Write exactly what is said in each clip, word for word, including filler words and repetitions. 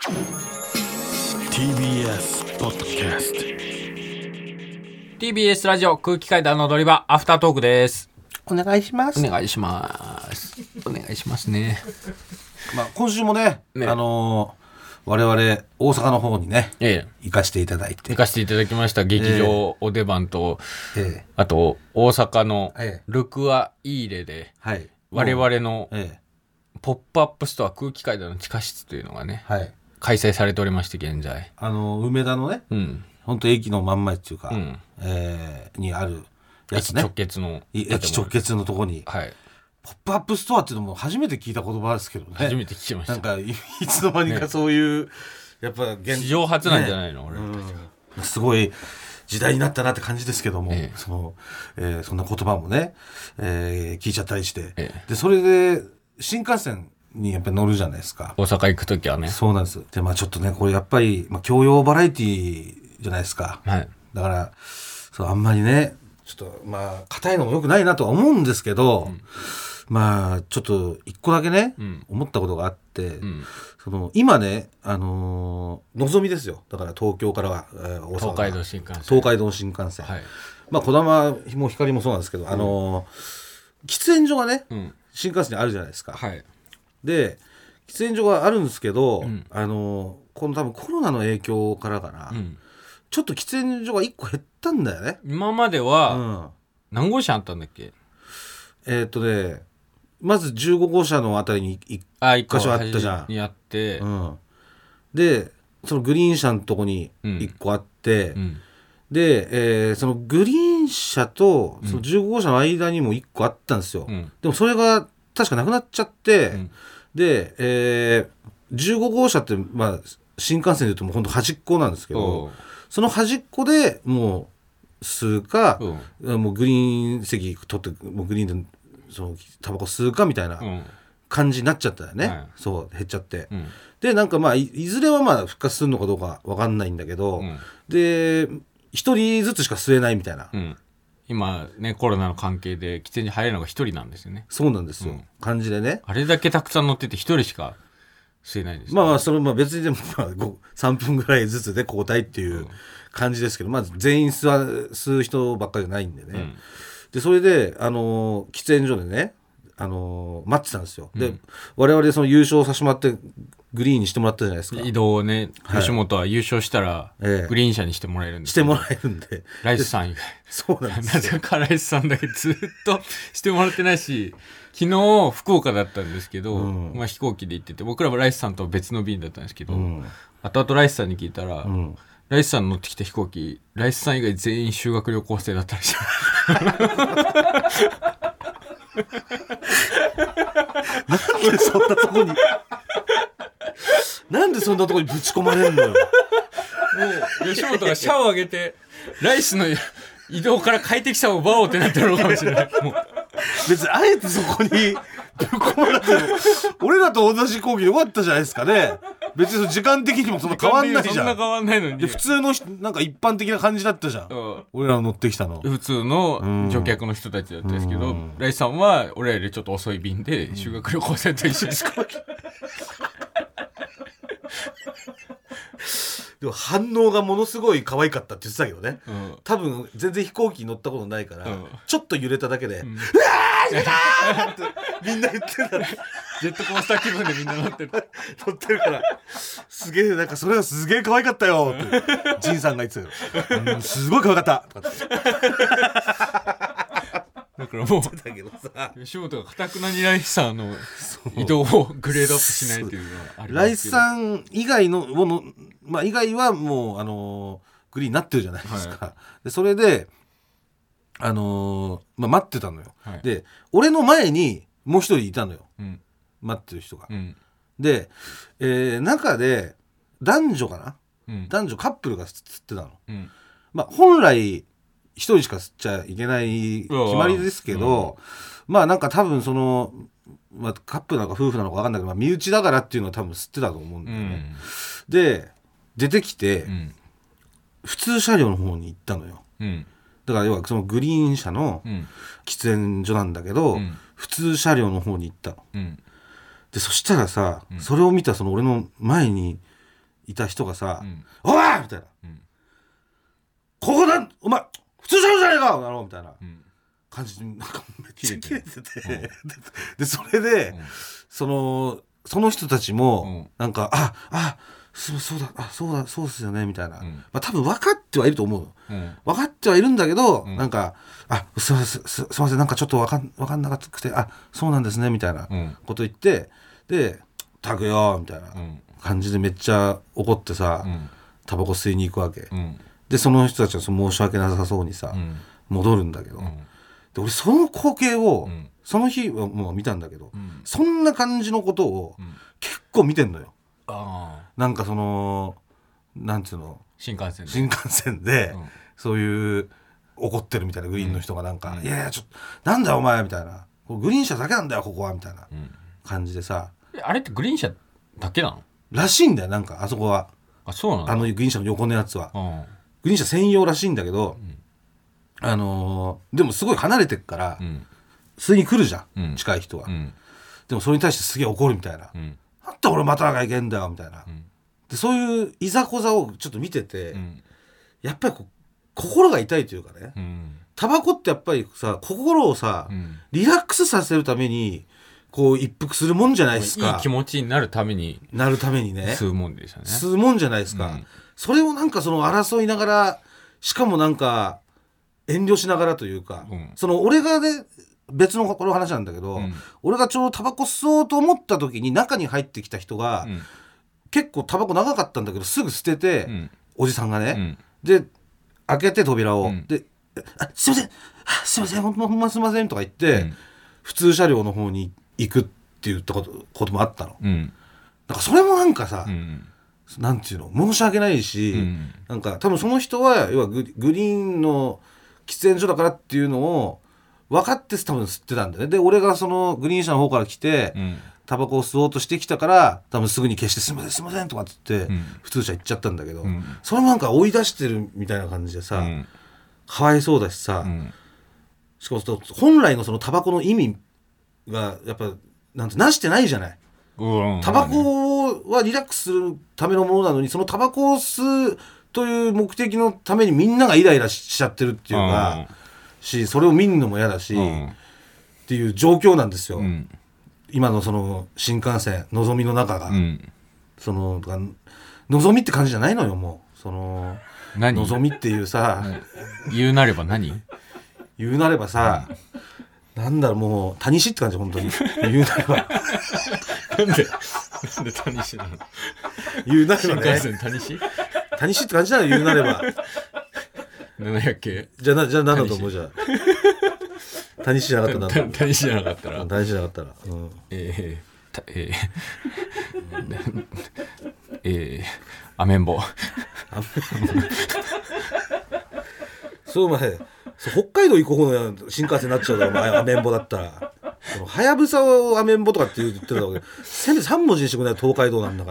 ティービーエス ポッドキャストティービーエス ラジオ空気階段の踊り場アフタートークです。 お願いします。 お願いしますお願いしますね。 まあ、今週も ね, ねあのー、我々大阪の方にね、 ええ、 行かせていただいて行かせていただきました。劇場お出番と、 ええ、 あと大阪のええルクアイーレで、 はい、 我々のええ、 ポップアップストア空気階段の地下室というのがね、 はい、 開催されておりまして、現在あの梅田のね、 うん、 本当駅の真ん前っていうか、 うんえー、にあるやつね、 駅直結の駅直結のとこに、 はい、 ポップアップストアっていうのも初めて聞いた言葉ですけどね。 初めて聞きました。 なんか い, いつの間にかそういう、ね、やっぱ現史上初なんじゃないの、ね、俺、 うん、すごい時代になったなって感じですけども、 ええ、 そのえー、そんな言葉もね、えー、聞いちゃったりして、 ええ、 でそれで新幹線にやっぱり乗るじゃないですか、 大阪行くときはね。 そうなんです。でまあちょっとねこれやっぱり、まあ、教養バラエティじゃないですか、 はい、 だからそうあんまりねちょっとまあ硬いのも良くないなとは思うんですけど、うん、まあちょっと一個だけね、うん、思ったことがあって、うん、その今ねあのー、のぞみですよ。だから東京からは、えー、大阪東海道新幹線東海道新幹線、はい、まあこだまも光もそうなんですけど、うん、あのー、喫煙所がね、うん、新幹線にあるじゃないですか、はい、で喫煙所があるんですけど、うん、あのー、この多分コロナの影響からかな、うん、ちょっと喫煙所がいっこ減ったんだよね。 今までは、うん、何号車あったんだっけ。 えー、っとねまずじゅうごごうしゃのあたりにいっかしょあったじゃん。 にあって、 うん、でそのグリーン車のとこにいっこあって、うん、で、えー、そのグリーン車とそのじゅうごごうしゃの間にもいっこあったんですよ、うん、でもそれが確かなくなっちゃって、うん、で、えー、じゅうごごうしゃって、まあ、新幹線でいうともうほんと端っこなんですけど、その端っこでもう吸うか、うん、もうグリーン席取ってもうグリーンでそのタバコ吸うかみたいな感じになっちゃったよね、うん、そう減っちゃって、うん、でなんかまあ い, いずれはまあ復活するのかどうか分かんないんだけど、うん、でひとりずつしか吸えないみたいな、うん、 今ねコロナの関係で喫煙所入れるのがひとりなんですよね。 そうなんですよ、うん、感じでねあれだけたくさん乗っててひとりしか吸えないんです、ね、 まあまあそれまあ別にでもまあさんぷんぐらいずつで交代っていう感じですけど、まず全員吸, わ吸う人ばっかりじゃないんでね、うん、でそれであのー、喫煙所でねあのー、待ってたんですよ、うん、で我々その優勝させてもらってグリーンにしてもらったじゃないですか。 移動をね、はい、吉本は優勝したらグリーン車にしてもらえるんです、 してもらえるんでライスさん以外そうなんですよ。 なぜかライスさんだけずっとしてもらってないし昨日福岡だったんですけど、うんまあ、飛行機で行ってて僕らはライスさんと別の便だったんですけど、うん、後々ライスさんに聞いたら、うん、ライスさん乗ってきた飛行機ライスさん以外全員修学旅行生だったらしいなんでそんなとこになんでそんなとこにぶち込まれるのよ。もう吉本がシャワーをあげてライスの移動から快適さを奪おうってなってるのかもしれない。もう別にあえてそこにぶっ込まなくても俺らと同じ飛行機でよかったじゃないですかね。別に時間的にもそんな変わんないじゃん。 そんな変わんないのにで普通のなんか一般的な感じだったじゃん、うん、俺らの乗ってきたの普通の乗客の人たちだったんですけど、うん、ライスさんは俺らよりちょっと遅い便で修学旅行生と一緒に飛行機でも反応がものすごい可愛かったって言ってたけどね、うん、多分全然飛行機に乗ったことないから、うん、ちょっと揺れただけで、うん、うわー揺れたーってみんな言ってたらジェットコースター気分でみんな乗ってる乗ってるからすげえなんかそれはすげえ可愛かったよってジンさんが言ってたよ、うん、すごい可愛かったとかってだからもうだけどさ吉本が固くなにライスさんの移動をグレードアップしないというのはありますけどライスさん以外のもの、まあ、以外はもう、あのー、グリーンになってるじゃないですか、はい、でそれで、あのーまあ、待ってたのよ、はい、で俺の前にもう一人いたのよ、うん、待ってる人が、うん、で、えー、中で男女かな、うん、男女カップルが吸ってたの、うんまあ、本来一人しか吸っちゃいけない決まりですけど、うん、まあなんか多分その、まあ、カップルなのか夫婦なのか分かんないけど、まあ、身内だからっていうのは多分吸ってたと思うんだよね、うん、で出てきて、うん、普通車両の方に行ったのよ、うん、だから要はそのグリーン車の喫煙所なんだけど、うん、普通車両の方に行ったの、うん、でそしたらさ、うん、それを見たその俺の前にいた人がさ、 うん、 おいみたいな、うん、ここだお前普通じゃないかだろみたいな感じでなんかめっちゃキレてて、うん、でそれで、うん、そのその人たちもなんか、うん、ああそうそうだあそうだそうですよねみたいな、うん、まあ、多分分かってはいると思う、うん、分かってはいるんだけど、うん、なんかあすいません す, すいませんなんかちょっと分かん分かんなくてあそうなんですねみたいなこと言って、うん、でタクよみたいな感じでめっちゃ怒ってさ、うん、タバコ吸いに行くわけ、うん、でその人たちはその申し訳なさそうにさ、うん、戻るんだけど、うん、で俺その光景を、うん、その日はもう見たんだけど、うん、そんな感じのことを結構見てんのよ、うん、あなんかそのなんていうの新幹線で新幹線で、うん、そういう怒ってるみたいなグリーンの人がなんか、うん、いやいやちょっとなんだよお前みたいなグリーン車だけなんだよここはみたいな感じでさ、 うん、あれってグリーン車だけなのらしいんだよなんかあそこはあそうなのあのグリーン車の横のやつは、うん、グリーン車専用らしいんだけど、うん、あのー、でもすごい離れてっから、うん、吸いに来るじゃん、うん、近い人は、うん、でもそれに対してすげえ怒るみたいな、うん、なんで俺待たなきゃいけんだよみたいな、うん、でそういういざこざをちょっと見てて、うん、やっぱりこ心が痛いというかね、うん、タバコってやっぱりさ心をさ、うん、リラックスさせるためにこう一服するもんじゃないですか。 いい気持ちになるためになるためにね吸うもんでしたね。 吸うもんじゃないですか、うん、それをなんかその争いながらしかもなんか遠慮しながらというか、うん、その俺がね別のこの話なんだけど、うん、俺がちょうどタバコ吸おうと思った時に中に入ってきた人が、うん、結構タバコ長かったんだけどすぐ捨てて、うん、おじさんがね、うん、で開けて扉を、うん、であすいませんすいませんほんまほんますいませんとか言って、うん、普通車両の方に行くって言ったこと、こともあったの、うん、なんかそれもなんかさ、うん、なんていうの申し訳ないし、うん、なんか多分その人は要は グ, グリーンの喫煙所だからっていうのを分かって多分吸ってたんだよね。で俺がそのグリーン車の方から来て、うん、タバコを吸おうとしてきたから多分すぐに消してすいませんすいませんとかって言って、うん、普通車行っちゃったんだけど、うん、それもなんか追い出してるみたいな感じでさ、うん、かわいそうだしさ、うん、しかも本来のそのタバコの意味がやっぱなんてなしてないじゃない。タバコはリラックスするためのものなのにそのタバコを吸うという目的のためにみんながイライラ し, しちゃってるっていうか、しそれを見るのも嫌だし、うん、っていう状況なんですよ、うん、今のその新幹線のぞみの中が、うん、そののぞみって感じじゃないのよもうそののぞみっていうさ、 うん、言うなれば何言うなればさ、うん、なんだろうもう谷氏って感じ本当に言うなればなんでなんで谷氏なの言うなればね新幹線谷氏谷氏って感じなの言うなればなんやっけじゃあじゃあ何だと思うじゃあ谷氏じゃなかったら谷氏じゃなかったら谷氏じゃなかったら、うん、 えー、えー、えー、アメンボそうお前北海道行く方の新幹線になっちゃうだろお前アメンボだったらはやぶさをアメンボとかって言ってたわけせめてさん文字にしてくれない東海道なんだから、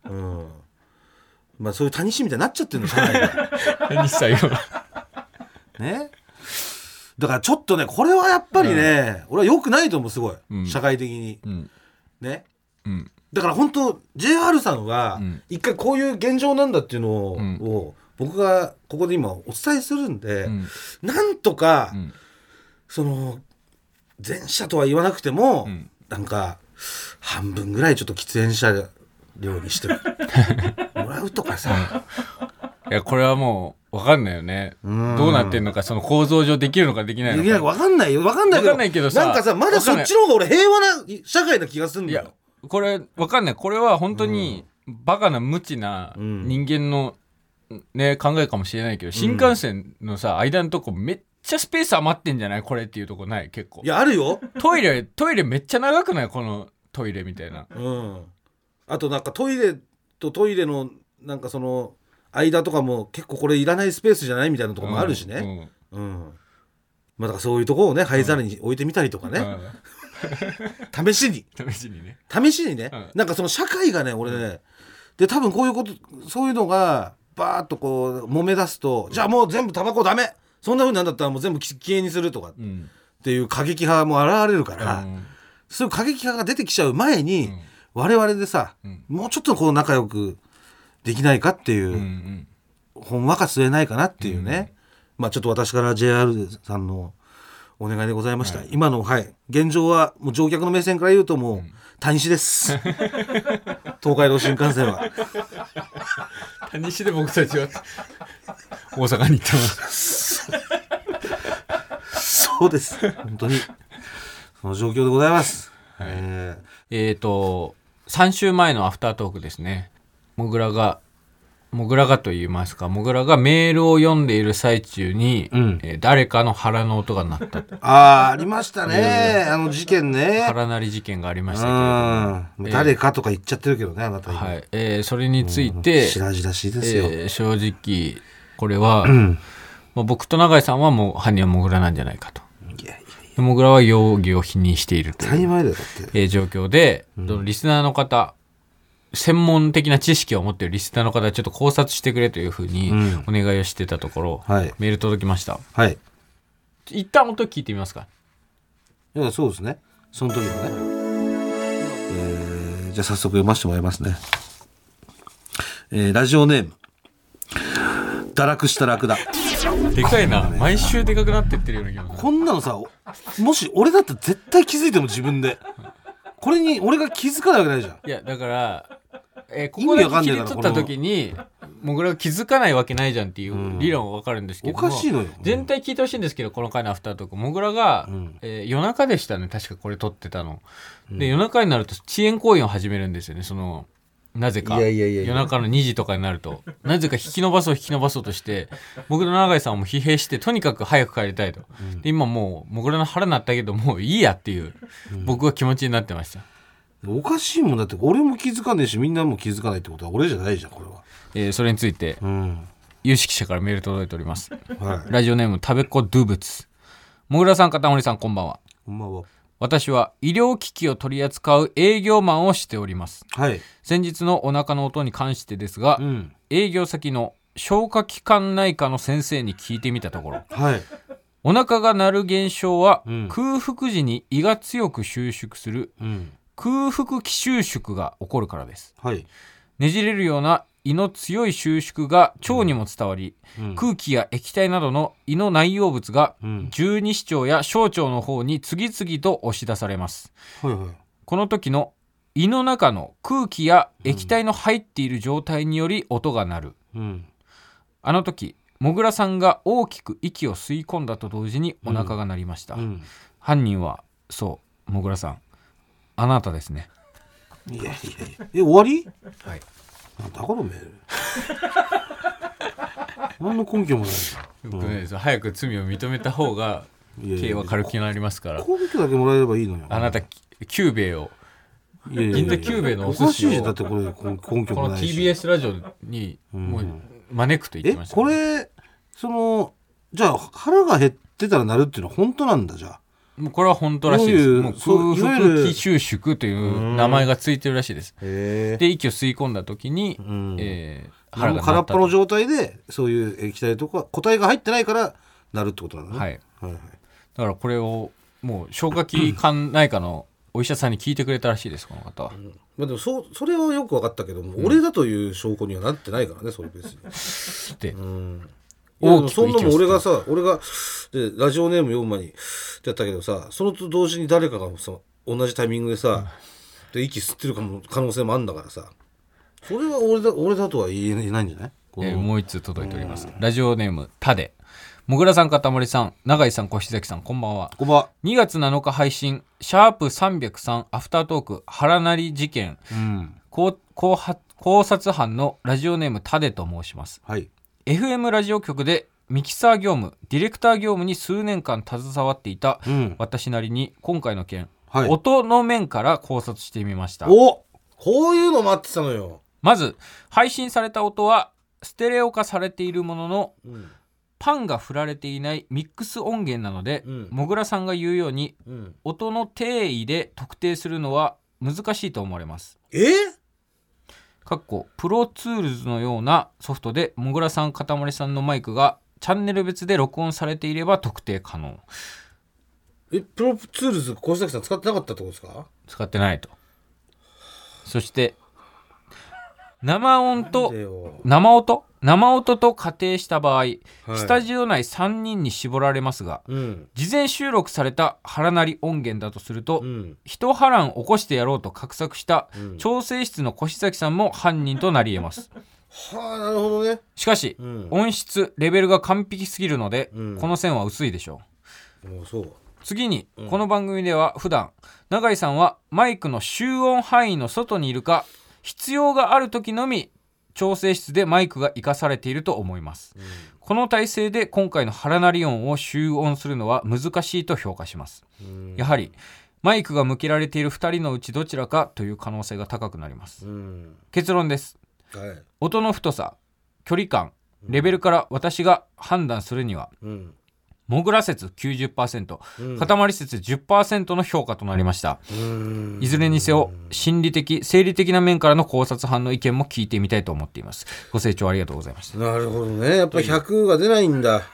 うんまあ、そういう谷氏みたいになっちゃってるの社内が谷氏さんよねだからちょっとねこれはやっぱりね、うん、俺は良くないと思うすごい、うん、社会的に、うん、ね、うん、だから本当 ジェイアール さんは一回こういう現状なんだっていうのを、うん、を僕がここで今お伝えするんで、うん、なんとか、うん、その全車とは言わなくても、うん、なんか半分ぐらいちょっと喫煙車両にしてもらうとかさ、 うん、いやこれはもう分かんないよねどうなってんのかその構造上できるのかできないのかできない分かんないよ分かんないけど、 分かんないけどさなんかさまだそっちの方が俺平和な社会な気がするんだよ。いやこれ分かんないこれは本当にバカな無知な人間の、ね、考えかもしれないけど新幹線のさ間のとこめっちゃスペース余ってんじゃないこれっていうとこない結構。 いやあるよトイレトイレめっちゃ長くないこのトイレみたいな、 うん、あとなんかトイレとトイレのなんかその間とかも結構これいらないスペースじゃないみたいなところもあるしね、うんうんうん、まあだからそういうところをね灰皿に置いてみたりとかね、うん、試しに試しにね試しにね、うん、なんかその社会がね俺ね、うん、で多分こういうことそういうのがバーッとこう揉め出すと、うん、じゃあもう全部タバコダメそんな風になんだったらもう全部禁煙にするとかっていう過激派も現れるから、うん、そういう過激派が出てきちゃう前に、うん、我々でさ、うん、もうちょっとこう仲良くできないかっていう、 うんうん、 ほんわか吸えないかなっていうね、うん、まあちょっと私から ジェイアール さんのお願いでございました、はい、今の、はい、現状はもう乗客の目線から言うともう、うん、タニシです東海道新幹線はタニシで僕たちは大阪に行ってますそうです本当にその状況でございます、 はい、えー、えーとさん週前のアフタートークですね。もぐらがもぐらがと言いますか、もぐらがメールを読んでいる最中に、うんえー、誰かの腹の音が鳴ったあーありましたね、あの事件ね、 腹鳴り事件がありましたけれども、 えー、誰かとか言っちゃってるけどねあなた、 はいえー、それについて、 うん、白々しいですよ、 えー、正直これは、うんまあ、僕と永井さんはもう犯人はもぐらなんじゃないかと。いやいやいや、もぐらは容疑を否認しているという、えー、状況で、うん、リスナーの方専門的な知識を持っているリスナーの方はちょっと考察してくれというふうにお願いをしてたところ、うんはい、メール届きました。はい。一旦音聞いてみますか。 いやそうですね。その時のね。えー、じゃあ早速読ませてもらいますね。えー、ラジオネーム堕落したラクダ。 でかいな、ね、毎週でかくなってってるような気がする。 こんなのさ、もし俺だったら絶対気づいても自分でこれに俺が気づかないわけないじゃん。 いやだからえー、ここだけ切り取った時にもぐらが気づかないわけないじゃんっていう理論は分かるんですけども、 うん、おかしいのよ。 全体聞いてほしいんですけど、この回のアフタートークもぐらが、うんえー、夜中でしたね確かこれ撮ってたの、うん、で夜中になると遅延行為を始めるんですよね。そのなぜかいやいやいやいや夜中のにじとかになるとなぜか引き伸ばそう引き伸ばそうとして僕と永井さんも疲弊してとにかく早く帰りたいと、うん、で今もうもぐらの腹なったけどもういいやっていう、うん、僕は気持ちになってました。 おかしいもんだって、俺も気づかねえしみんなも気づかないってことは俺じゃないじゃんこれは、 えー、それについて、うん、有識者からメール届いております、はい、ラジオネームたべっこドゥブツ。もぐらさん片森さんこんばんは。 こんばんは。 私は医療機器を取り扱う営業マンをしております、はい、先日のお腹の音に関してですが、うん、営業先の消化器官内科の先生に聞いてみたところ、はい、お腹が鳴る現象は、うん、空腹時に胃が強く収縮する、うん空腹期収縮が起こるからです、はい、ねじれるような胃の強い収縮が腸にも伝わり、うん、空気や液体などの胃の内容物が十二指腸や小腸の方に次々と押し出されます、はいはい、この時の胃の中の空気や液体の入っている状態により音が鳴る、うん、あの時もぐらさんが大きく息を吸い込んだと同時にお腹が鳴りました、うんうん、犯人はそうもぐらさんあなたですね。 いやいやいやえ終わり？はい。なんだこのメール。何の根拠もない。 僕ね、うん、早く罪を認めた方が刑は軽くなりますから。 根拠だけもらえればいいのよ。 あなたキューベイを銀座キューベイのお寿司をおかしいじゃんだってこれ根拠もないし。 この ティービーエス ラジオにもう招くと言ってました、 ね。えこれそのじゃあ腹が減ってたらなるっていうのは本当なんだじゃあ。 もうこれは本当らしいです。もう空腹期収縮という名前がついてるらしいです。で息を吸い込んだ時に、うんえー、 腹が空っぽの状態でそういう液体とか固体が入ってないからなるってことなんだね、はいはいはい、 だからこれをもう消化器官内科のお医者さんに聞いてくれたらしいですこの方は、うんまあ、でも そ, それはよく分かったけども、うん、俺だという証拠にはなってないからねそれ別にで、うんいやそんなも俺がさ俺がでラジオネーム読む前にやったけどさそのと同時に誰かがさ同じタイミングでさ、うん、で息吸ってるかも可能性もあるんだからさそれは俺だ俺だとは言えないんじゃない、 えー、もう一通届いております、うん、ラジオネームタデ。もぐらさん片森さん永井さん小石崎さんこんばんは。 こんばんは。 にがつなのか配信シャープさんびゃくさんアフタートーク腹鳴り事件、うん、考, 考, 考察班のラジオネームタデと申します、はいエフエム ラジオ局でミキサー業務ディレクター業務に数年間携わっていた私なりに今回の件、はい、音の面から考察してみました。 おこういうの待ってたのよ。 まず配信された音はステレオ化されているものの、うん、パンが振られていないミックス音源なので、うん、もぐらさんが言うように、うん、音の定位で特定するのは難しいと思われます。 えかっこプロツールズのようなソフトでもぐらさん片森さんのマイクがチャンネル別で録音されていれば特定可能。 えプロツールズ小崎さん使ってなかったってことですか？ 使ってないと。そして生音となんでよ生音生音と仮定した場合、 はい、 スタジオ内さんにんに絞られますが、 うん、 事前収録された腹鳴り音源だとすると、 うん、 一波乱起こしてやろうと画策したうん、 調整室の越崎さんも犯人となり得ます。 はあ、なるほどね。 しかし、うん、音質レベルが完璧すぎるので、うん、この線は薄いでしょう。 もうそう次に、うん、この番組では普段永井さんはマイクの集音範囲の外にいるか、必要がある時のみ調整室でマイクが生かされていると思います、うん、この体制で今回の腹鳴り音を集音するのは難しいと評価します、うん、やはりマイクが向けられているふたりのうちどちらかという可能性が高くなります、うん、結論です、はい、音の太さ、距離感、レベルから私が判断するには、うん、モグラ説 きゅうじゅっパーセント、うん、塊説 じゅっパーセント の評価となりました。いずれにせよ心理的生理的な面からの考察班の意見も聞いてみたいと思っています。ご清聴ありがとうございました。 なるほどね、やっぱりひゃくが出ないんだ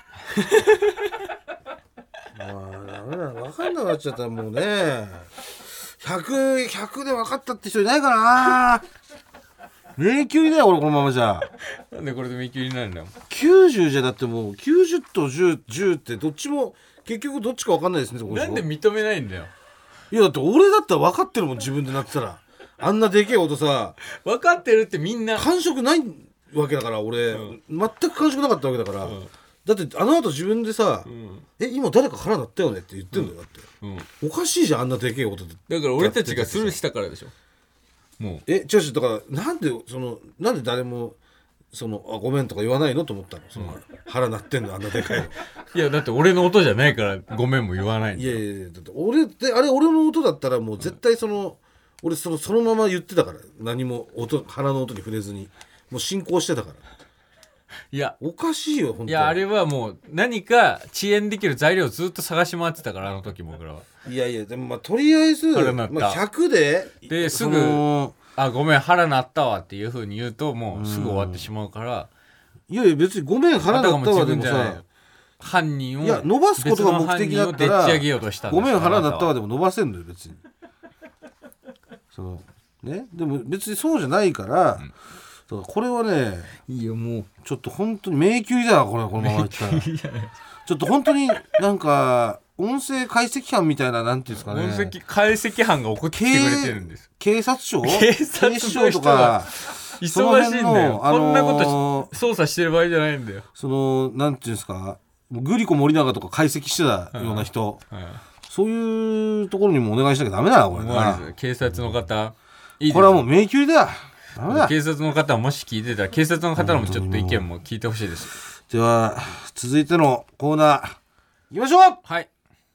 まあダメだ、分かんなくなっちゃったもうね。ひゃく、ひゃくで分かったって人いないかな。迷宮入りだよ俺このままじゃ。 なんでこれで迷宮入りになるんだよ。 きゅうじゅうじゃだってもうきゅうじゅうとじゅう、じゅうってどっちも結局どっちか分かんないですね。 なんで認めないんだよ。 いやだって俺だったら分かってるもん、自分でなってたら。あんなでけえ音さ分かってるってみんな感触ないわけだから俺、うん、全く感触なかったわけだから、うん、だってあの後自分でさ、うん、え今誰か腹鳴ったよねって言ってんだよ、だって、うん、おかしいじゃんあんなでけえ音で。 だから俺たちがスルーしたからでしょ。もうえ、違う違う、だからなんでそのなんで誰もそのあごめんとか言わないのと思ったの。その、うん、腹鳴ってんのあんなでかいのいやだって俺の音じゃないからごめんも言わないんだ。 いやいやだって俺であれ俺の音だったらもう絶対その、うん、俺そのそのまま言ってたから、何も音腹の音に触れずにもう進行してたから。 いやおかしいよ本当に。 いやあれはもう何か遅延できる材料をずっと探し回ってたから、あの時僕らは。 いやいやでもまあとりあえず、まあ、ひゃくでですぐあごめん腹鳴ったわっていう風に言うともうすぐ終わってしまうから。 いやいや別にごめん腹鳴ったわでもさ、 犯人をいや伸ばすことが目的だったらでっち上げようとしたんです。 ごめん腹鳴ったわでも伸ばせんのよ別にそのね。でも別にそうじゃないから、うん、これはねいいよもうちょっと本当に迷宮だよこれこのままいったらちょっと本当になんか音声解析班みたいななんていうんですかね、 音声解析班が送ってきてくれてるんです。 警察庁警察の人が忙しいんだよ、あのー、こんなこと操作してる場合じゃないんだよ。 そのなんていうんですか、グリコ森永とか解析してたような人、はいはい、そういうところにもお願いしなきゃダメだなこれな。 警察の方いいこれはもう迷宮だ。ダメだ。 警察の方もし聞いてたら警察の方のもちょっと意見も聞いてほしいです。 では続いてのコーナーいきましょう。 はい、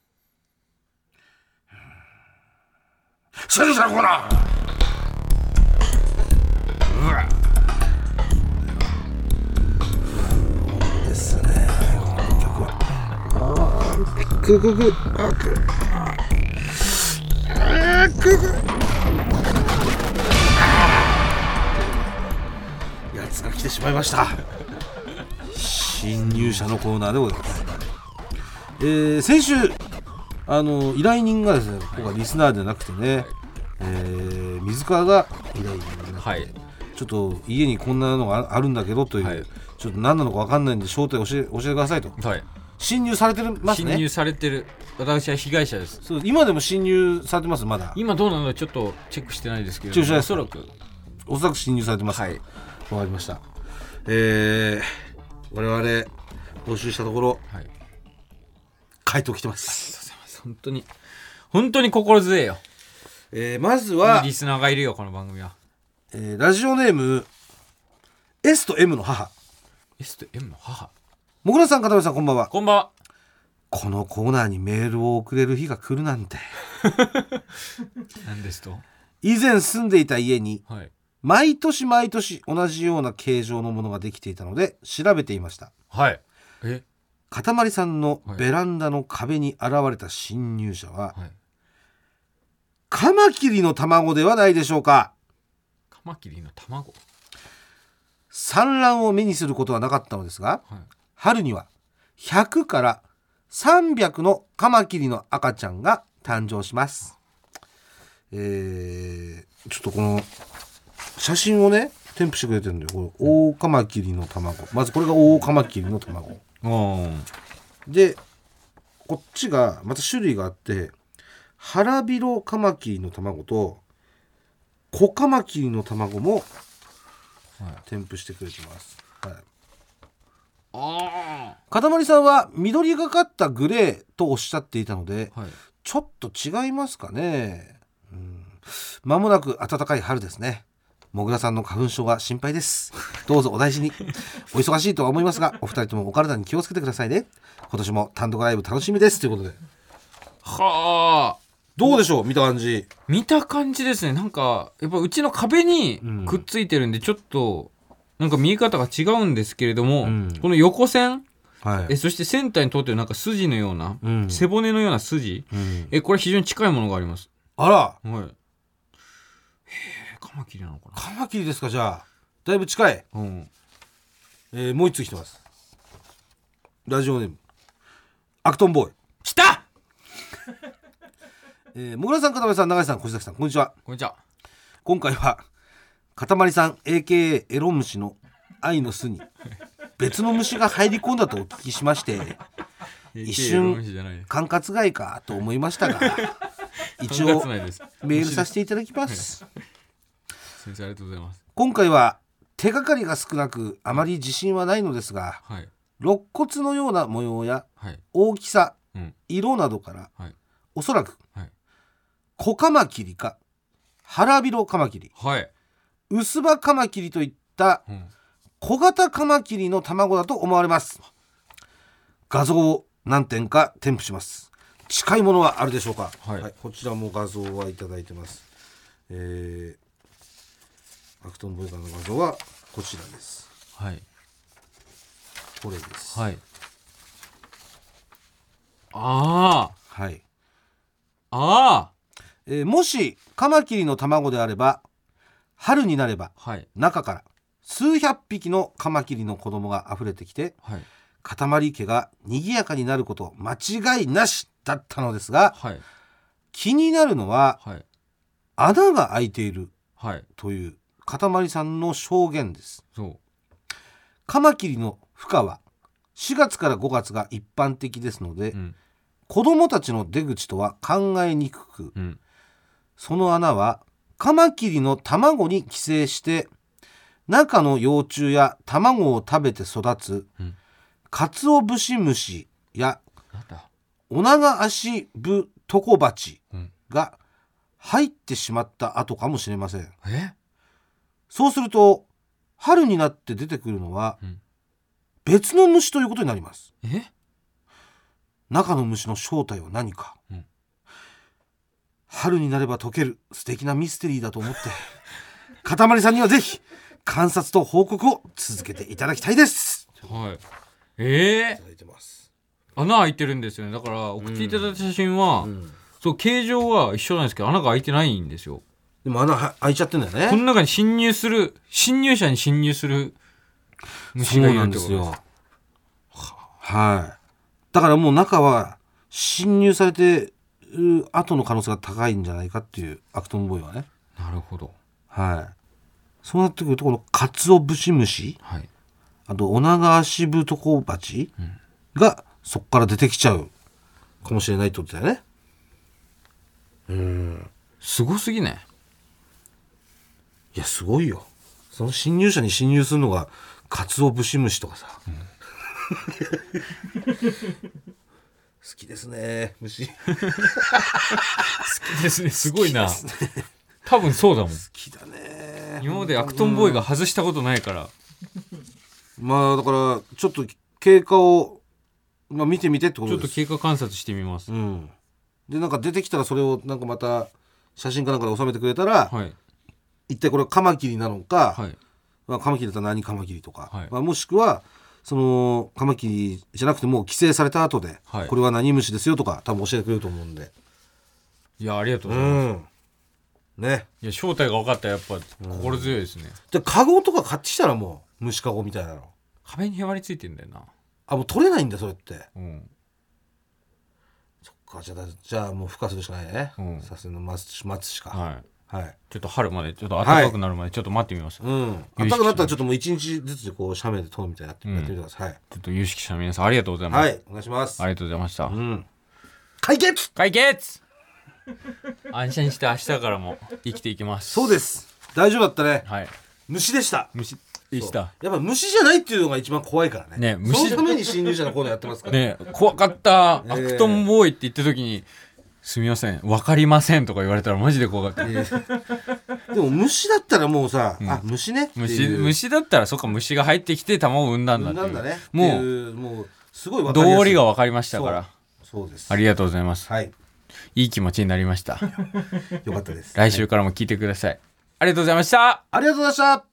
最初のコーナー。うわですね、この曲はクククククやつが来てしまいました。侵入者のコーナーでございます。えー、先週あの依頼人がですね、ここがリスナーじゃなくてね、えー、水川が依頼人になって、はい、ちょっと家にこんなのがあるんだけどという、はい、ちょっと何なのか分かんないんで正体教え教えてくださいと、はい、侵入されてますね。 侵入されてる。私は被害者です。 そう今でも侵入されてます。まだ今どうなのかちょっとチェックしてないですけど、おそらくおそらく侵入されてます。はい、分かりました。えー、我々募集したところ、はい、回答来てます。 本当に本当に心強いよ。 えー、まずはいいリスナーがいるよこの番組は。 えー、ラジオネーム S と M の母。 S と M の母。 もぐらさん、かたまりさん、こんばんは。 こんばんは。 このコーナーにメールを送れる日が来るなんて何ですと。 以前住んでいた家に、 はい、 毎年毎年同じような形状のものができていたので調べていました。 はい。えかたまりさんのベランダの壁に現れた侵入者は、はい、カマキリの卵ではないでしょうか。 カマキリの卵。 産卵を目にすることはなかったのですが、はい、春にはひゃくからさんびゃくのカマキリの赤ちゃんが誕生します。えー、ちょっとこの写真をね添付してくれてるんだよ。これオオカマキリの卵、まずこれがオオカマキリの卵で、こっちがまた種類があって、ハラビロカマキリの卵とコカマキリの卵も添付してくれてます、はい、 あかたまりさんは緑がかったグレーとおっしゃっていたので、 はい、 ちょっと違いますかね。うん、間もなく暖かい春ですね。もぐらさんの花粉症が心配です。どうぞお大事に。お忙しいとは思いますが、お二人ともお体に気をつけてくださいね。今年も単独ライブ楽しみですということで。 はあ、 どうでしょう見た感じ。 見た感じですね。なんかやっぱうちの壁にくっついてるんで、ちょっとなんか見え方が違うんですけれども、うん、この横線、はい、えそしてセンターに通ってるなんか筋のような、うん、背骨のような筋、うん、えこれ非常に近いものがあります。 あら、 はい、へえ、カマキリなのかな。 カマキリですか。じゃあだいぶ近い、うんえー、もう一つ来てます。ラジオネームアクトンボーイ。 来たえー、もぐらさん、かたまりさん、永井さん、小崎さん、こんにちは。 こんにちは。 今回はかたまりさん エーケーエー エロムシの愛の巣に別の虫が入り込んだとお聞きしまして一瞬管轄外かと思いましたが一応メールさせていただきます。 先生ありがとうございます。 今回は手がかりが少なくあまり自信はないのですが、はい、肋骨のような模様や大きさ、はい、色などから、はい、おそらく、はい、コカマキリかハラビロカマキリ、はい、ウスバカマキリといった小型カマキリの卵だと思われます。画像を何点か添付します。近いものはあるでしょうか。はいはい、こちらも画像はいただいてます。えー、アクトンボイカーの画像はこちらです。はい、これです。はい、 ああ、はい、 ああ、 えー、もしカマキリの卵であれば春になれば、はい、中から数百匹のカマキリの子供が溢れてきて、はい、塊家が賑やかになること間違いなしだったのですが、はい、気になるのは、はい、穴が開いているというかたまりさんの証言です。そうカマキリの孵化はしがつからごがつが一般的ですので、うん、子供たちの出口とは考えにくく、うん、その穴はカマキリの卵に寄生して中の幼虫や卵を食べて育つ、うん、カツオブシムシやオナガアシブトコバチが入ってしまった後かもしれません。え？そうすると春になって出てくるのは、うん、別の虫ということになります。え？中の虫の正体は何か、うん、春になれば解ける素敵なミステリーだと思ってかたまりさんにはぜひ観察と報告を続けていただきたいです。 はい。えー、いただいてます。穴開いてるんですよね。だから送っていただいた写真は、うん、そう形状は一緒なんですけど穴が開いてないんですよ。 でも穴開いちゃってんだよね。 この中に侵入する侵入者に侵入する虫がいるってことです。そうなんですよ。 はい。だからもう中は侵入されてる後の可能性が高いんじゃないかっていうアクトンボーイはね。 なるほど。 はい。そうなってくるとこのカツオブシムシ、はい、あとオナガアシブトコバチがそこから出てきちゃうかもしれないってことだよね。 うん。すごすぎね。 いやすごいよ。その侵入者に侵入するのがカツオブシムシとかさ、うん、好きですね虫。好きですね。すごいな。多分そうだもん。好きだね。 今までアクトンボーイが外したことないから。 まあだからちょっと経過を、まあ、見てみてってことです。 ちょっと経過観察してみます。 うん、でなんか出てきたらそれをなんかまた写真かなんかで収めてくれたら、はい、一体これはカマキリなのか、はい、まあ、カマキリだったら何カマキリとか、はい、まあ、もしくはそのカマキリじゃなくてもう寄生された後で、はい、これは何虫ですよとか多分教えてくれると思うんで。 いやありがとうございます。うんね、 いや正体が分かったらやっぱ心強いですね。 でカゴとか買ってきたらもう虫カゴみたいなの壁にへばりついてんだよな。 あもう取れないんだそれって、うん、そっか。じゃあじゃあもう孵化するしかないね。さすがの待つしか、はいはい、 ちょっと春までちょっと暖かくなるまでちょっと待ってみます、 はい、うん暖かくなったらちょっともう一日ずつこう斜面で撮るみたいなやって、うん、やってみてください。 ちょっと有識者の皆さんありがとうございます。 はいお願いします。 ありがとうございました、うん、 解決解決安心して明日からも生きていきます。 そうです大丈夫だったね。 はい虫でした虫でした。 やっぱ虫じゃないっていうのが一番怖いからね。 ね虫そのために侵入者のコーナーやってますからね怖かった、えー、アクトンボーイって言った時にすみません分かりませんとか言われたらマジで怖かった、えー、でも虫だったらもうさ、うん、あ虫ね虫虫だったらそっか虫が入ってきて卵を産んだんだっていう、 産んだんだね、 もうもうすごい分かりやすい道理が分かりましたから。 そうですありがとうございます、 はい、 いい気持ちになりましたよかったです。 来週からも聞いてください、はい、ありがとうございました。 ありがとうございました。